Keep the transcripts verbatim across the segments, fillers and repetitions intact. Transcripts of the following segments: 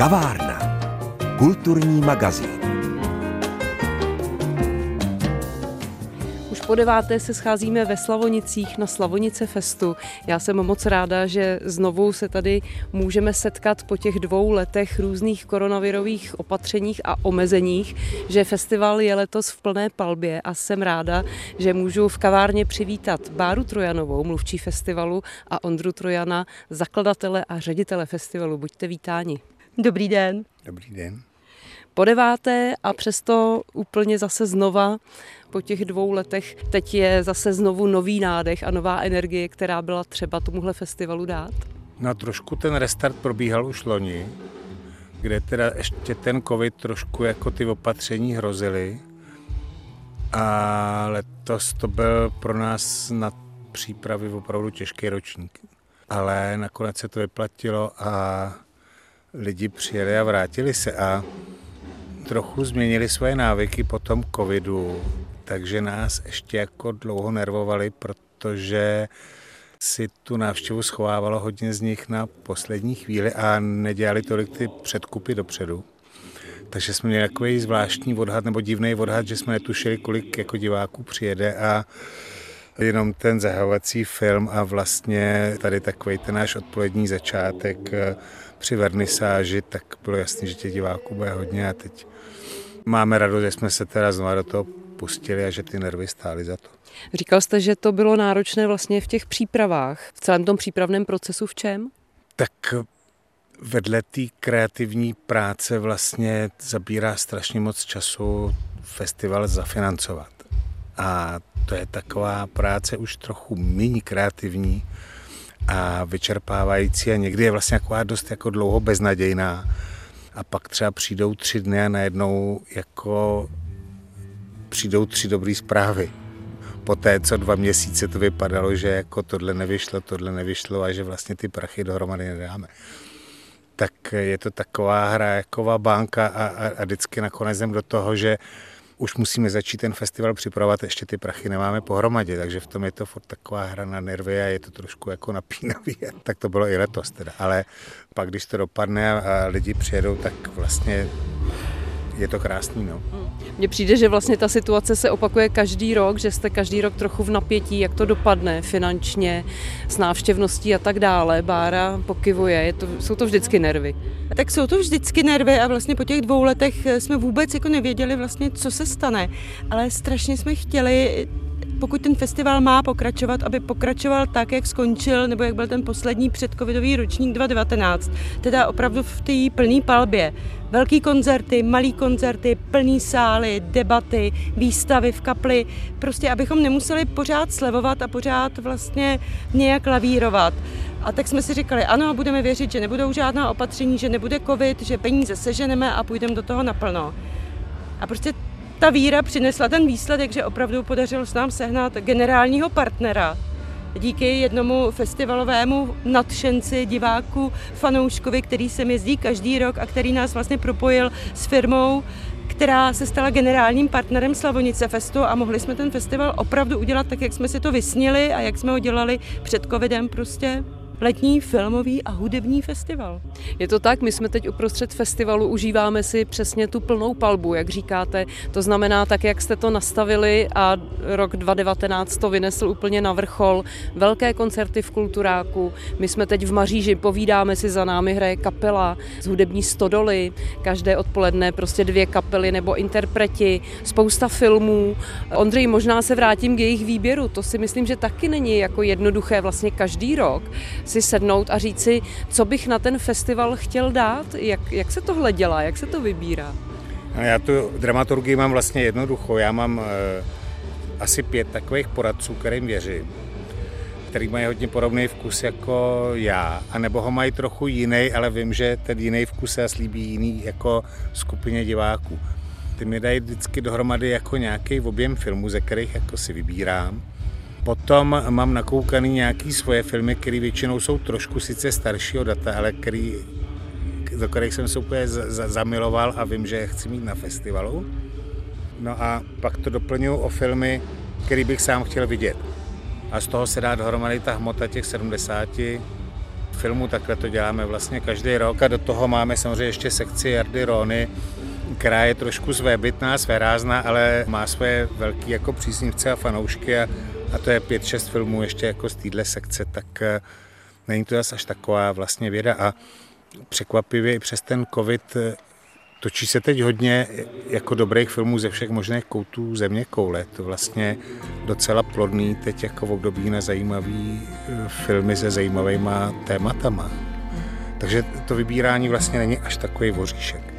Kavárna. Kulturní magazín. Už po deváté se scházíme ve Slavonicích na Slavonice Festu. Já jsem moc ráda, že znovu se tady můžeme setkat po těch dvou letech různých koronavirových opatřeních a omezeních, že festival je letos v plné palbě a jsem ráda, že můžu v kavárně přivítat Báru Trojanovou, mluvčí festivalu, a Ondru Trojana, zakladatele a ředitele festivalu. Buďte vítáni. Dobrý den. Dobrý den. Po deváté a přesto úplně zase znova po těch dvou letech teď je zase znovu nový nádech a nová energie, která byla třeba tomuhle festivalu dát? No trošku ten restart probíhal už loni, kde teda ještě ten covid trošku jako ty opatření hrozily. A letos to byl pro nás na přípravy opravdu těžký ročník. Ale nakonec se to vyplatilo a lidi přijeli a vrátili se a trochu změnili svoje návyky po tom covidu, takže nás ještě jako dlouho nervovali, protože si tu návštěvu schovávalo hodně z nich na poslední chvíli a nedělali tolik ty předkupy dopředu. Takže jsme měli takový zvláštní odhad nebo divný odhad, že jsme netušili, kolik jako diváků přijede a jenom ten zahajovací film a vlastně tady takový ten náš odpolední začátek při vernisáži, tak bylo jasné, že těch diváků bude hodně a teď máme radost, že jsme se teda znovu do toho pustili a že ty nervy stály za to. Říkal jste, že to bylo náročné vlastně v těch přípravách, v celém tom přípravném procesu v čem? Tak vedle té kreativní práce vlastně zabírá strašně moc času festival zafinancovat. A to je taková práce už trochu méně kreativní a vyčerpávající a někdy je vlastně taková dost jako dlouho beznadějná. A pak třeba přijdou tři dny a najednou jako přijdou tři dobré zprávy. Poté, co dva měsíce to vypadalo, že jako tohle nevyšlo, tohle nevyšlo a že vlastně ty prachy dohromady nedáme. Tak je to taková hra jako banka a, a, a vždycky nakonec jdem do toho, že už musíme začít ten festival připravovat, ještě ty prachy nemáme pohromadě, takže v tom je to furt taková hra na nervy a je to trošku jako napínavý. Tak to bylo i letos teda, ale pak, když to dopadne a lidi přijedou, tak vlastně je to krásný, no. Mně přijde, že vlastně ta situace se opakuje každý rok, že jste každý rok trochu v napětí, jak to dopadne finančně, s návštěvností a tak dále. Bára pokyvuje, je to, jsou to vždycky nervy. Tak jsou to vždycky nervy a vlastně po těch dvou letech jsme vůbec jako nevěděli vlastně, co se stane. Ale strašně jsme chtěli, pokud ten festival má pokračovat, aby pokračoval tak, jak skončil, nebo jak byl ten poslední předcovidový ročník dva tisíce devatenáct. Teda opravdu v té plné palbě. Velký koncerty, malý koncerty, plný sály, debaty, výstavy v kapli. Prostě abychom nemuseli pořád slevovat a pořád vlastně nějak lavírovat. A tak jsme si říkali, ano, budeme věřit, že nebudou žádná opatření, že nebude covid, že peníze seženeme a půjdeme do toho naplno. A prostě ta víra přinesla ten výsledek, že opravdu podařilo se nám sehnat generálního partnera. Díky jednomu festivalovému nadšenci, diváku, fanouškovi, který sem jezdí každý rok a který nás vlastně propojil s firmou, která se stala generálním partnerem Slavonice Festu a mohli jsme ten festival opravdu udělat tak, jak jsme si to vysnili a jak jsme ho dělali před covidem prostě. Letní filmový a hudební festival. Je to tak, my jsme teď uprostřed festivalu, užíváme si přesně tu plnou palbu, jak říkáte. To znamená tak, jak jste to nastavili a rok dva tisíce devatenáct to vynesl úplně na vrchol. Velké koncerty v Kulturáku. My jsme teď v Maříži, povídáme si, za námi hraje kapela z hudební stodoly. Každé odpoledne prostě dvě kapely nebo interpreti, spousta filmů. Ondřej, možná se vrátím k jejich výběru. To si myslím, že taky není jako jednoduché vlastně každý rok si sednout a říci, co bych na ten festival chtěl dát, jak, jak se tohle dělá, jak se to vybírá? No, já tu dramaturgii mám vlastně jednoduchou. Já mám e, asi pět takových poradců, kterým věřím, který mají hodně podobný vkus jako já, anebo ho mají trochu jiný, ale vím, že ten jiný vkus se slíbí jiný jako skupině diváků. Ty mi dají vždycky dohromady jako nějaký objem filmů, ze kterých jako si vybírám. Potom mám nakoukaný nějaký svoje filmy, které většinou jsou trošku sice staršího data, ale který, do kterých jsem se úplně z- zamiloval a vím, že je chci mít na festivalu. No a pak to doplňuji o filmy, který bych sám chtěl vidět. A z toho se dá dohromady ta hmota těch sedmdesáti filmů, takhle to děláme vlastně každý rok a do toho máme samozřejmě ještě sekci Jardy Róny, která je trošku svébytná, svérázná, ale má své velký jako příznivce a fanoušky a, a to je pět, šest filmů ještě jako z téhle sekce, tak není to zase až taková vlastně věda a překvapivě i přes ten covid točí se teď hodně jako dobrých filmů ze všech možných koutů země koule. To vlastně docela plodný teď jako v období na zajímavý filmy se zajímavýma tématama. Takže to vybírání vlastně není až takový voříšek.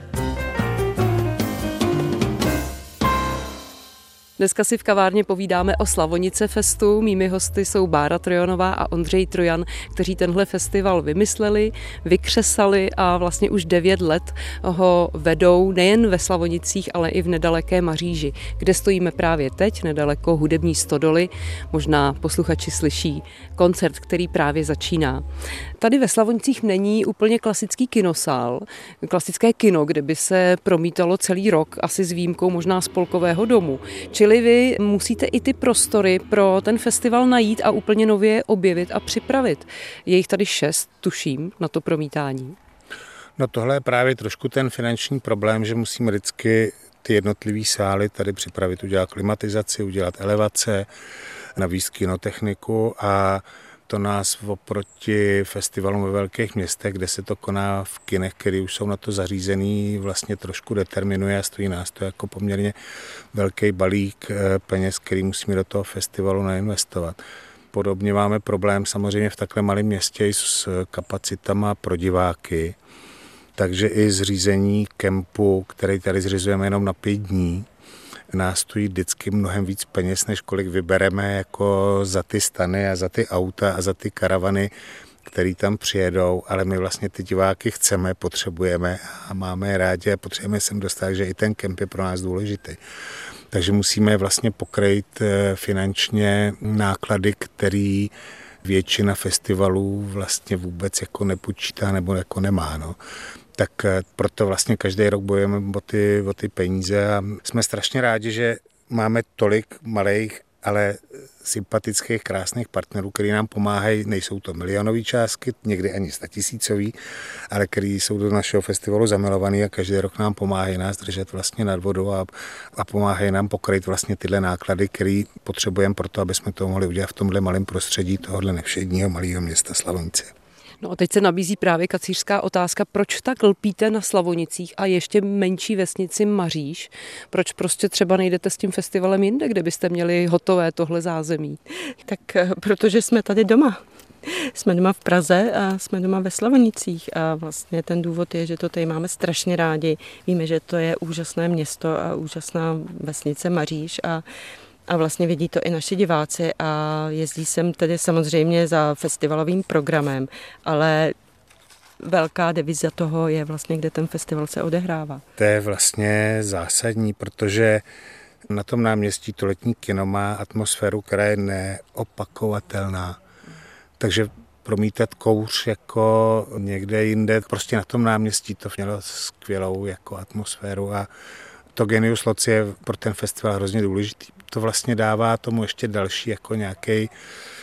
Dneska si v kavárně povídáme o Slavonice festu. Mými hosty jsou Bára Trojanová a Ondřej Trojan, kteří tenhle festival vymysleli, vykřesali a vlastně už devět let ho vedou nejen ve Slavonicích, ale i v nedaleké Maříži, kde stojíme právě teď, nedaleko hudební stodoly. Možná posluchači slyší koncert, který právě začíná. Tady ve Slavonicích není úplně klasický kinosál, klasické kino, kde by se promítalo celý rok, asi s výjimkou možná Spolkového domu. Čili vy musíte i ty prostory pro ten festival najít a úplně nově objevit a připravit. Je jich tady šest, tuším, na to promítání. No tohle je právě trošku ten finanční problém, že musíme vždycky ty jednotlivý sály tady připravit, udělat klimatizaci, udělat elevace, navíc kinotechniku a to nás oproti festivalům ve velkých městech, kde se to koná v kinech, které už jsou na to zařízený, vlastně trošku determinuje a stojí nás to jako poměrně velký balík peněz, který musíme do toho festivalu nainvestovat. Podobně máme problém samozřejmě v takhle malém městě s kapacitama pro diváky, takže i zřízení kempu, který tady zřizujeme jenom na pět dní, nás stojí vždycky mnohem víc peněz, než kolik vybereme jako za ty stany a za ty auta a za ty karavany, které tam přijedou, ale my vlastně ty diváky chceme, potřebujeme a máme je rádi a potřebujeme sem dostat, že i ten kemp je pro nás důležitý. Takže musíme vlastně pokrýt finančně náklady, které většina festivalů vlastně vůbec jako nepočítá nebo jako nemá. No. Tak proto vlastně každý rok bojujeme o ty, o ty peníze a jsme strašně rádi, že máme tolik malých, ale sympatických, krásných partnerů, který nám pomáhají. Nejsou to milionové částky, někdy ani statisícový, ale který jsou do našeho festivalu zamilovaný a každý rok nám pomáhají nás držet vlastně nad vodou a, a pomáhají nám pokryt vlastně tyhle náklady, které potřebujeme pro to, aby jsme to mohli udělat v tomhle malém prostředí tohohle nevšedního malého města Slavonice. No a teď se nabízí právě kacířská otázka, proč tak lpíte na Slavonicích a ještě menší vesnici Maříž? Proč prostě třeba nejdete s tím festivalem jinde, kde byste měli hotové tohle zázemí? Tak protože jsme tady doma. Jsme doma v Praze a jsme doma ve Slavonicích a vlastně ten důvod je, že to tady máme strašně rádi. Víme, že to je úžasné město a úžasná vesnice Maříž a A vlastně vidí to i naši diváci a jezdí sem tedy samozřejmě za festivalovým programem, ale velká deviza toho je vlastně, kde ten festival se odehrává. To je vlastně zásadní, protože na tom náměstí to letní kino má atmosféru, která je neopakovatelná. Takže promítat kouř jako někde jinde, prostě na tom náměstí to mělo skvělou jako atmosféru a to genius loci je pro ten festival hrozně důležitý. To vlastně dává tomu ještě další jako nějaký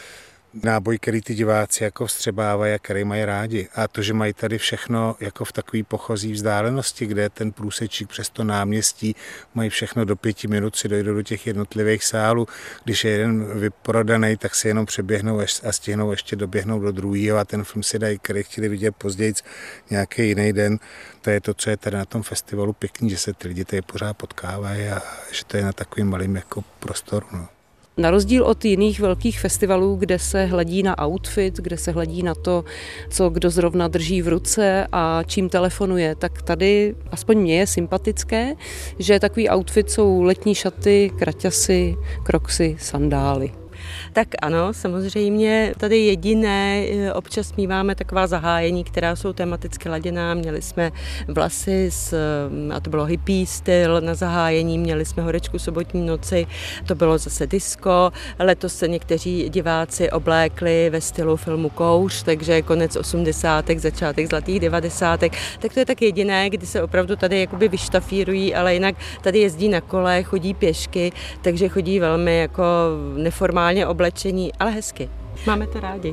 náboj, který ty diváci jako vstřebávají a který mají rádi. A to, že mají tady všechno jako v takové pochozí vzdálenosti, kde ten průsečík přes to náměstí, mají všechno do pěti minut, si dojdou do těch jednotlivých sálů. Když je jeden vyprodaný, tak si jenom přeběhnou a stihnou ještě doběhnout do druhého a ten film si dají, který chtěli vidět později nějaký jiný den. To je to, co je tady na tom festivalu pěkný, že se ty lidi tady pořád potkávají a že to je na takovým malým jako prostoru. No. Na rozdíl od jiných velkých festivalů, kde se hledí na outfit, kde se hledí na to, co kdo zrovna drží v ruce a čím telefonuje, tak tady aspoň mně je sympatické, že takový outfit jsou letní šaty, kraťasy, kroksy, sandály. Tak ano, samozřejmě tady jediné, občas míváme taková zahájení, která jsou tematicky laděná. Měli jsme vlasy, s, a to bylo hippie styl na zahájení, měli jsme Horečku sobotní noci, to bylo zase disco. Letos se někteří diváci oblékli ve stylu filmu Kouř, takže konec osmdesátek, začátek zlatých devadesátek. Tak to je tak jediné, kdy se opravdu tady jakoby vyštafírují, ale jinak tady jezdí na kole, chodí pěšky, takže chodí velmi jako neformálně oblečení, ale hezky. Máme to rádi.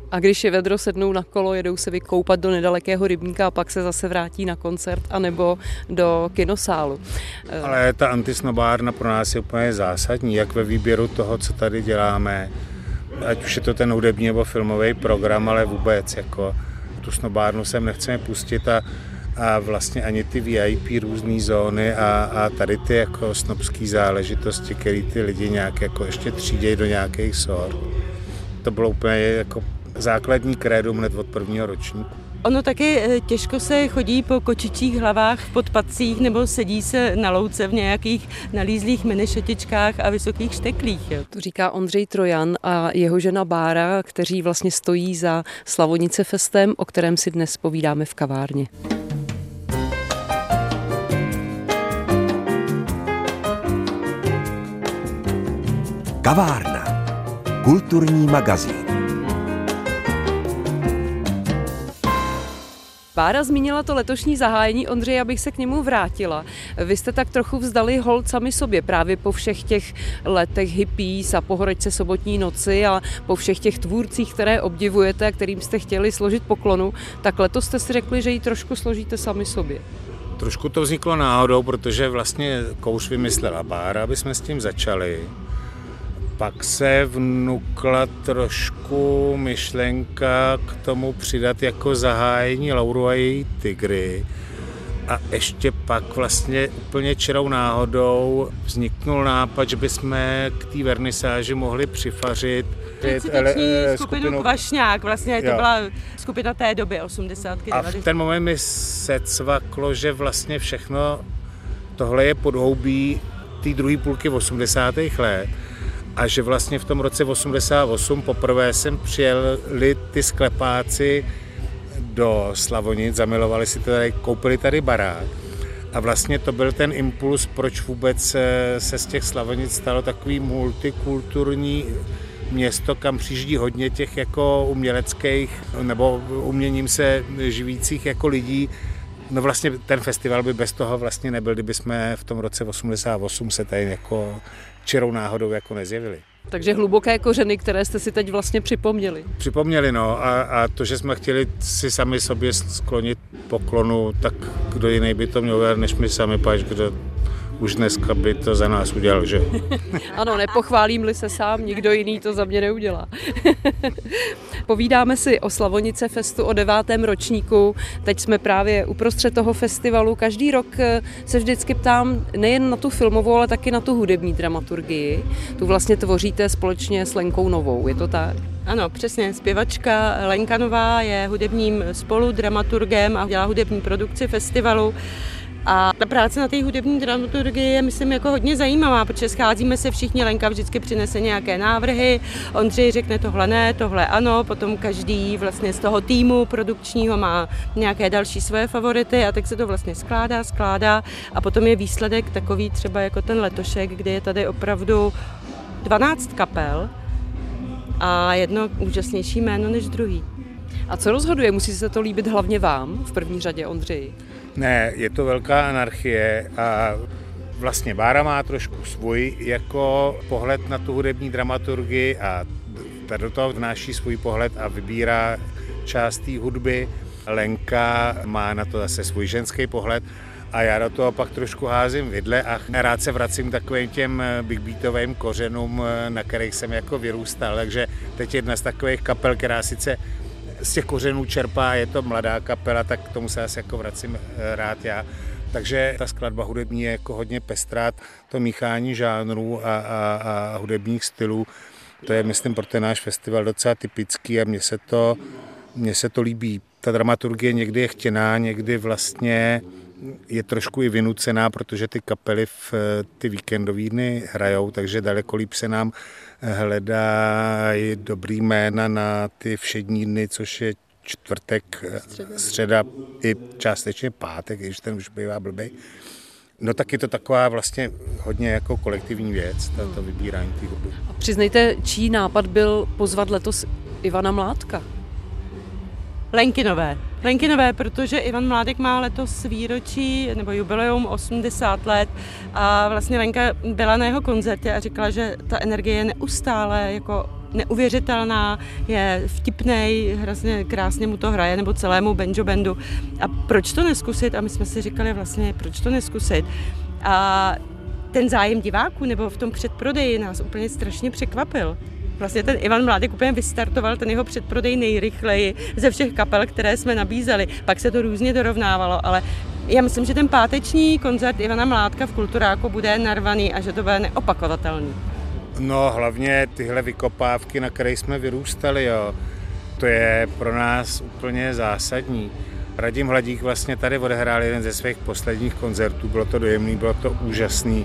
A když je vedro, sednou na kolo, jedou se vykoupat do nedalekého rybníka a pak se zase vrátí na koncert anebo do kinosálu. Ale ta antisnobárna pro nás je úplně zásadní, jak ve výběru toho, co tady děláme, ať už je to ten hudební nebo filmový program, ale vůbec jako tu snobárnu sem nechceme pustit a, a vlastně ani ty V I P různé zóny a, a tady ty jako snobské záležitosti, které ty lidi nějak jako ještě třídějí do nějakých sort. To bylo úplně jako základní krédum hned od prvního ročníku. Ono taky těžko se chodí po kočičích hlavách v podpatcích nebo sedí se na louce v nějakých nalízlých minešetičkách a vysokých šteklích. Jo. To říká Ondřej Trojan a jeho žena Bára, kteří vlastně stojí za Slavonice Festem, o kterém si dnes povídáme v kavárně. Kavárna. Kulturní magazín. Bára zmínila to letošní zahájení, Ondřej, abych se k němu vrátila. Vy jste tak trochu vzdali hold sami sobě právě po všech těch letech hippies a po horečce sobotní noci a po všech těch tvůrcích, které obdivujete a kterým jste chtěli složit poklonu, tak letos jste si řekli, že ji trošku složíte sami sobě. Trošku to vzniklo náhodou, protože vlastně kouř vymyslela Bára, aby jsme s tím začali. Pak se vnukla trošku myšlenka k tomu přidat jako zahájení Lauru a její tygry. A ještě pak vlastně úplně čirou náhodou vzniknul nápad, že bychom k té vernisáži mohli přifařit recitační skupinu, skupinu Kvašňák, vlastně to jo. Byla skupina té doby, osmdesátky. A v ten moment mi se cvaklo, že vlastně všechno tohle je podhoubí té druhé půlky osmdesátých let. A že vlastně v tom roce osmdesát osm poprvé jsem přijeli ty sklepáci do Slavonic, zamilovali si to tady, koupili tady barák. A vlastně to byl ten impuls, proč vůbec se z těch Slavonic stalo takový multikulturní město, kam přijíždí hodně těch jako uměleckých nebo uměním se živících jako lidí. No vlastně ten festival by bez toho vlastně nebyl, kdyby jsme v tom roce osmdesát osm se tady jako čirou náhodou jako nezjevili. Takže hluboké kořeny, které jste si teď vlastně připomněli. Připomněli, no. A, a to, že jsme chtěli si sami sobě sklonit poklonu, tak kdo jiný by to měl, než my sami, pač kdo už dneska by to za nás udělal, že? Ano, nepochválím-li se sám, nikdo jiný to za mě neudělá. Povídáme si o Slavonice Festu, o devátém ročníku. Teď jsme právě uprostřed toho festivalu. Každý rok se vždycky ptám nejen na tu filmovou, ale taky na tu hudební dramaturgii. Tu vlastně tvoříte společně s Lenkou Novou, je to tak? Ano, přesně. Zpěvačka Lenka Nová je hudebním spoludramaturgem a dělá hudební produkci festivalu. A ta práce na té hudební dramaturgii je, myslím, jako hodně zajímavá, protože scházíme se všichni, Lenka vždycky přinese nějaké návrhy, Ondřej řekne tohle ne, tohle ano, potom každý vlastně z toho týmu produkčního má nějaké další své favority a tak se to vlastně skládá, skládá a potom je výsledek takový třeba jako ten letošek, kdy je tady opravdu dvanáct kapel a jedno úžasnější jméno než druhý. A co rozhoduje? Musí se to líbit hlavně vám, v první řadě, Ondřeji? Ne, je to velká anarchie a vlastně Bára má trošku svůj jako pohled na tu hudební dramaturgii a do toho vnáší svůj pohled a vybírá část té hudby. Lenka má na to zase svůj ženský pohled a já do toho pak trošku házím vidle a rád se vracím takovým těm big beatovým kořenům, na kterých jsem jako vyrůstal. Takže teď jedna z takových kapel, která sice z těch kořenů čerpá, je to mladá kapela, tak k tomu se asi jako vracím rád já. Takže ta skladba hudební je jako hodně pestrá, to míchání žánrů a, a, a hudebních stylů. To je, myslím, pro ten náš festival docela typický a mně se to, mně se to líbí. Ta dramaturgie někdy je chtěná, někdy vlastně je trošku i vynucená, protože ty kapely v ty víkendové dny hrajou, takže daleko líp se nám hledají dobrý jména na ty všední dny, což je čtvrtek, středa, středa i částečně pátek, když ten už bývá blbej. No tak je to taková vlastně hodně jako kolektivní věc, to, to vybírání té hudby. A přiznejte, čí nápad byl pozvat letos Ivana Mládka? Lenkinové. Lenkinové, protože Ivan Mládek má letos výročí nebo jubileum osmdesát let a vlastně Lenka byla na jeho koncertě a říkala, že ta energie je neustále jako neuvěřitelná, je vtipnej, hrozně krásně mu to hraje, nebo celému banjo bandu. A proč to neskusit? A my jsme si říkali vlastně, proč to neskusit? A ten zájem diváků nebo v tom předprodeji nás úplně strašně překvapil. Vlastně ten Ivan Mládek úplně vystartoval ten jeho předprodej nejrychleji ze všech kapel, které jsme nabízeli. Pak se to různě dorovnávalo, ale já myslím, že ten páteční koncert Ivana Mládka v Kulturáku bude narvaný a že to bude neopakovatelný. No hlavně tyhle vykopávky, na které jsme vyrůstali, jo, to je pro nás úplně zásadní. Radim Hladík vlastně tady odehrál jeden ze svých posledních koncertů, bylo to dojemný, bylo to úžasný.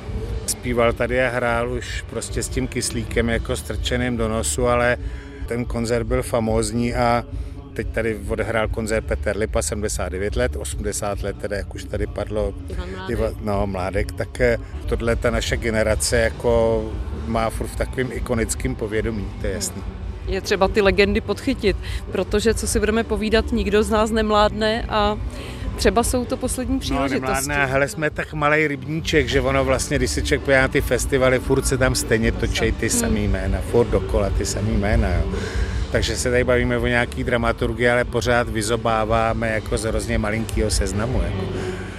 Zpíval tady a hrál už prostě s tím kyslíkem jako strčeným do nosu, ale ten koncert byl famózní a teď tady odehrál koncert Petr Lipa, sedmdesát devět let, osmdesát let, teda jak už tady padlo, Ivan, no, Mládek, tak tohle ta naše generace jako má furt v takovým ikonickým povědomí, to je jasný. Je třeba ty legendy podchytit, protože co si budeme povídat, nikdo z nás nemládne a třeba jsou to poslední příležitosti. No nemládne, hele, jsme tak malej rybníček, že ono vlastně, když si člověk pojede na ty festivaly, furt se tam stejně točí ty samý jména, furt dokola ty samý jména, jo. Takže se tady bavíme o nějaký dramaturgii, ale pořád vyzobáváme jako z hrozně malinkýho seznamu. Jako.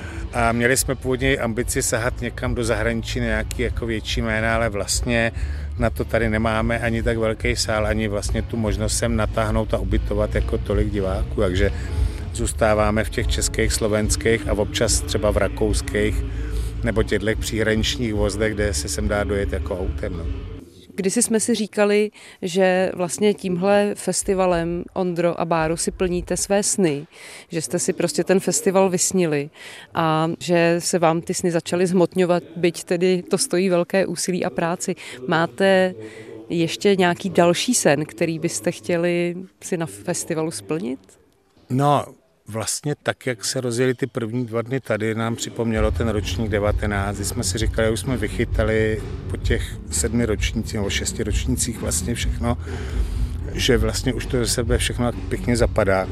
A měli jsme původně ambici sahat někam do zahraničí nějaký jako větší jména, ale vlastně na to tady nemáme ani tak velký sál, ani vlastně tu možnost sem natáhnout a ubytovat jako tolik diváků, takže zůstáváme v těch českých, slovenských a občas třeba v rakouských nebo těchto příhraničních vozdech, kde se sem dá dojet jako autem. No. Kdysi jsme si říkali, že vlastně tímhle festivalem Ondro a Báro si plníte své sny, že jste si prostě ten festival vysnili a že se vám ty sny začaly zhmotňovat, byť tedy to stojí velké úsilí a práci. Máte ještě nějaký další sen, který byste chtěli si na festivalu splnit? No, vlastně tak, jak se rozjeli ty první dva dny tady, nám připomnělo ten ročník devatenáct, kdy jsme si říkali, že už jsme vychytali po těch sedmi ročnících nebo šesti ročnících vlastně všechno, že vlastně už to ze sebe všechno pěkně zapadá.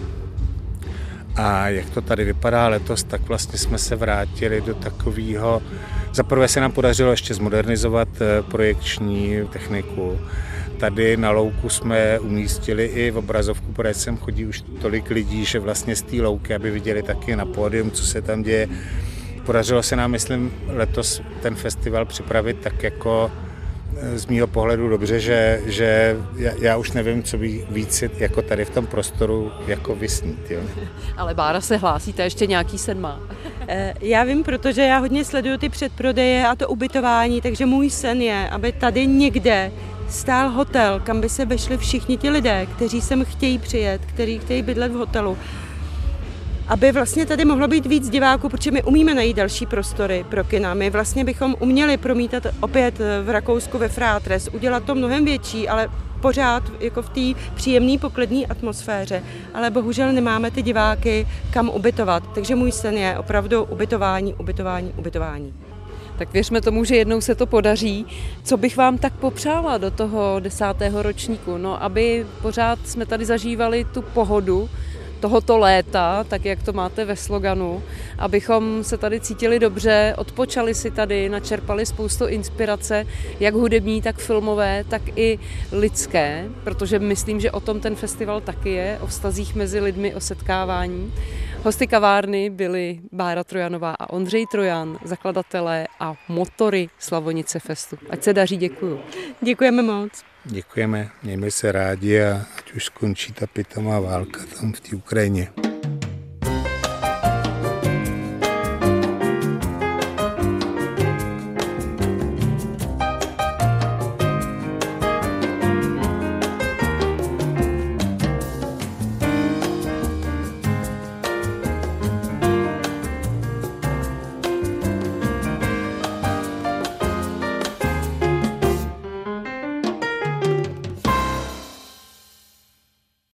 A jak to tady vypadá letos, tak vlastně jsme se vrátili do takového. Za prvé se nám podařilo ještě zmodernizovat projekční techniku. Tady na louku jsme umístili i v obrazovku, protože sem chodí už tolik lidí, že vlastně z té louky, aby viděli taky na pódium, co se tam děje. Podařilo se nám, myslím, letos ten festival připravit tak jako z mýho pohledu dobře, že, že já, já už nevím, co by víc jako tady v tom prostoru jako vysnít. Jo. Ale Bára se hlásí, to ještě nějaký sen má. Já vím, protože já hodně sleduju ty předprodeje a to ubytování, takže můj sen je, aby tady někde stál hotel, kam by se vešli všichni ti lidé, kteří sem chtějí přijet, kteří chtějí bydlet v hotelu. Aby vlastně tady mohlo být víc diváků, protože my umíme najít další prostory pro kina. My vlastně bychom uměli promítat opět v Rakousku ve Frátres, udělat to mnohem větší, ale pořád jako v té příjemné poklidné atmosféře. Ale bohužel nemáme ty diváky kam ubytovat. Takže můj sen je opravdu ubytování, ubytování, ubytování. Tak věřme tomu, že jednou se to podaří. Co bych vám tak popřála do toho desátého ročníku? No, aby pořád jsme tady zažívali tu pohodu tohoto léta, tak jak to máte ve sloganu, abychom se tady cítili dobře, odpočali si tady, načerpali spoustu inspirace, jak hudební, tak filmové, tak i lidské, protože myslím, že o tom ten festival taky je, o vztazích mezi lidmi, o setkávání. Hosty kavárny byli Bára Trojanová a Ondřej Trojan, zakladatelé a motory Slavonice Festu. Ať se daří, děkuju. Děkujeme moc. Děkujeme, mějme se rádi a ať už skončí ta pitomá válka tam v té Ukrajině.